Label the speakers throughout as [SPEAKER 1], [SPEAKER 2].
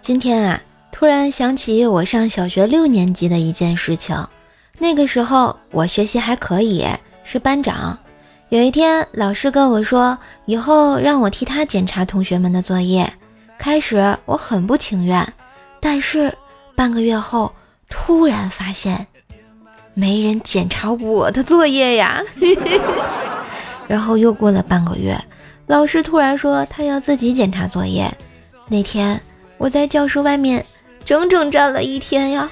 [SPEAKER 1] 今天啊，突然想起我上小学6年级的一件事情。那个时候我学习还可以，是班长。有一天老师跟我说，以后让我替他检查同学们的作业。开始我很不情愿，但是半个月后突然发现没人检查我的作业呀。然后又过了半个月，老师突然说他要自己检查作业。那天我在教室外面整整站了1天呀。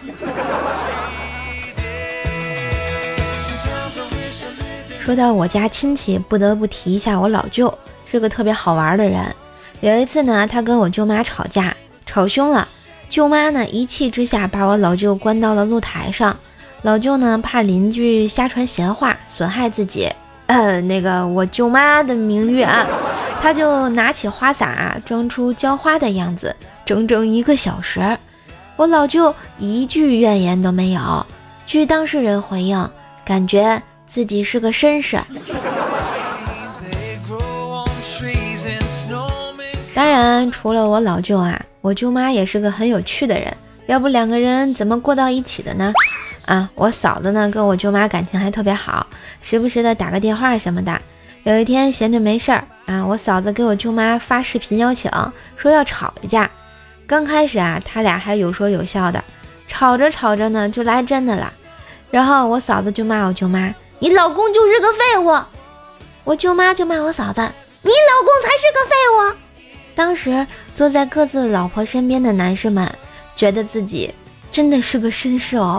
[SPEAKER 1] 说到我家亲戚，不得不提一下我老舅，是个特别好玩的人。有一次呢，他跟我舅妈吵架，吵凶了，舅妈呢一气之下把我老舅关到了露台上。老舅呢怕邻居瞎传闲话损害自己我舅妈的名誉啊，他就拿起花洒装出浇花的样子，整整1个小时。我老舅一句怨言都没有，据当事人回应，感觉自己是个绅士。当然除了我老舅啊，我舅妈也是个很有趣的人，要不2个人怎么过到一起的呢？我嫂子呢跟我舅妈感情还特别好，时不时的打个电话什么的。有一天闲着没事儿我嫂子给我舅妈发视频邀请，说要吵一架。刚开始他俩还有说有笑的，吵着吵着呢就来真的了。然后我嫂子就骂我舅妈，你老公就是个废物。我舅妈就骂我嫂子，你老公才是个废物。当时坐在各自老婆身边的男士们觉得自己真的是个绅士哦。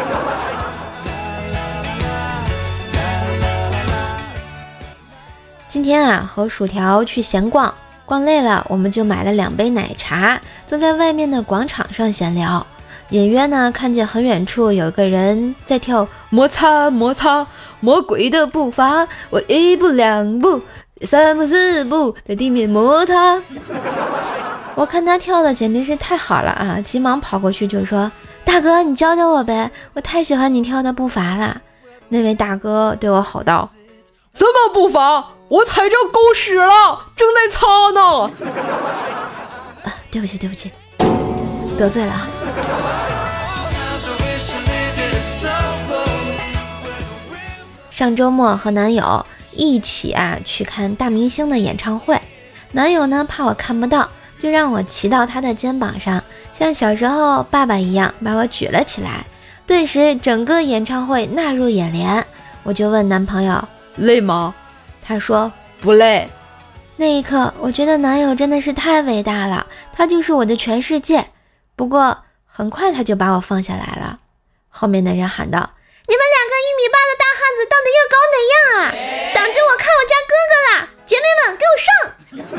[SPEAKER 1] 今天和薯条去闲逛，逛累了我们就买了2杯奶茶，坐在外面的广场上闲聊。隐约呢看见很远处有个人在跳摩擦摩擦魔鬼的步伐，我1步2步3步4步在地面摩擦。我看他跳的简直是太好了急忙跑过去就说，大哥你教教我呗，我太喜欢你跳的步伐了。那位大哥对我吼道，什么步伐？我踩着狗屎了，正在擦呢。对不起得罪了。上周末和男友一起去看大明星的演唱会，男友呢怕我看不到，就让我骑到他的肩膀上，像小时候爸爸一样把我举了起来。顿时整个演唱会纳入眼帘。我就问男朋友，累吗？他说不累。那一刻我觉得男友真的是太伟大了，他就是我的全世界。不过很快他就把我放下来了。后面的人喊道，你们2个1米8的大汉子到底要搞哪样挡着我看我家哥哥啦！姐妹们给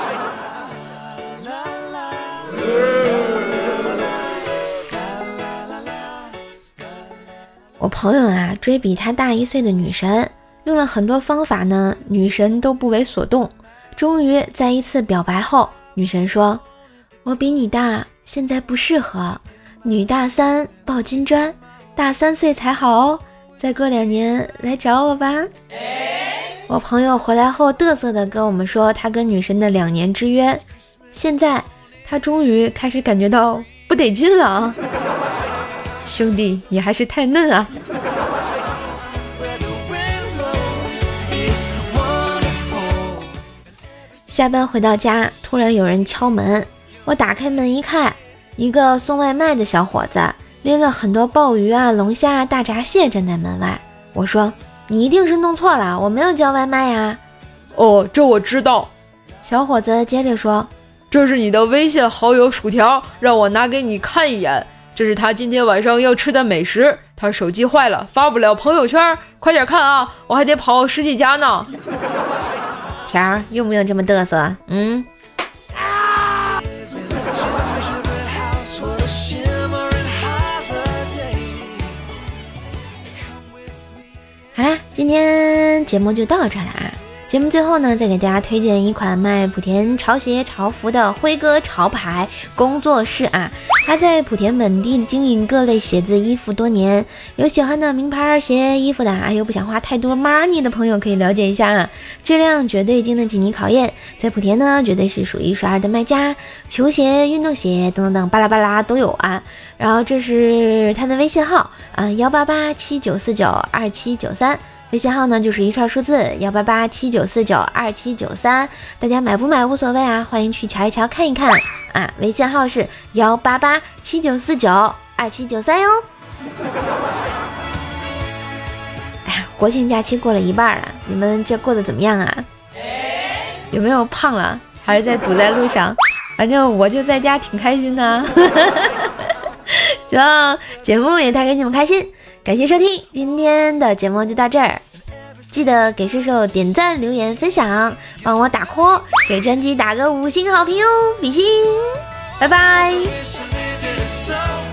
[SPEAKER 1] 我上！我朋友追比他大1岁的女神，用了很多方法呢，女神都不为所动。终于在一次表白后，女神说，我比你大，现在不适合，女大3抱金砖，大3岁才好哦，再过2年来找我吧。我朋友回来后嘚瑟的跟我们说他跟女神的2年之约，现在他终于开始感觉到不得劲了兄弟你还是太嫩啊。下班回到家，突然有人敲门，我打开门一看，一个送外卖的小伙子拎了很多鲍鱼龙虾大闸蟹站在门外。我说，你一定是弄错了，我没有叫外卖呀。
[SPEAKER 2] 哦，这我知道。
[SPEAKER 1] 小伙子接着说，
[SPEAKER 2] 这是你的微信好友薯条，让我拿给你看一眼，这是他今天晚上要吃的美食，他手机坏了发不了朋友圈，快点看我还得跑10几家呢。
[SPEAKER 1] 条用不用这么嘚瑟？好啦，今天节目就到这了节目最后呢，再给大家推荐一款卖莆田潮鞋潮服的辉哥潮牌工作室啊，他在莆田本地经营各类鞋子衣服多年，有喜欢的名牌鞋衣服的啊，又不想花太多 money 的朋友可以了解一下啊，质量绝对经得起你考验，在莆田呢绝对是数一数二的卖家，球鞋、运动鞋等等等巴拉巴拉都有啊。然后这是他的微信号啊，18879492793。微信号呢就是一串数字18879492793，大家买不买无所谓啊，欢迎去瞧一瞧看一看啊。微信号是18879492793哟。哎呀，国庆假期过了一半了，你们这过得怎么样啊？有没有胖了？还是在堵在路上？反正我就在家挺开心的。希望节目也带给你们开心。感谢收听，今天的节目就到这儿，记得给射手点赞、留言、分享，帮我打 call， 给专辑打个5星好评哦，比心，拜拜。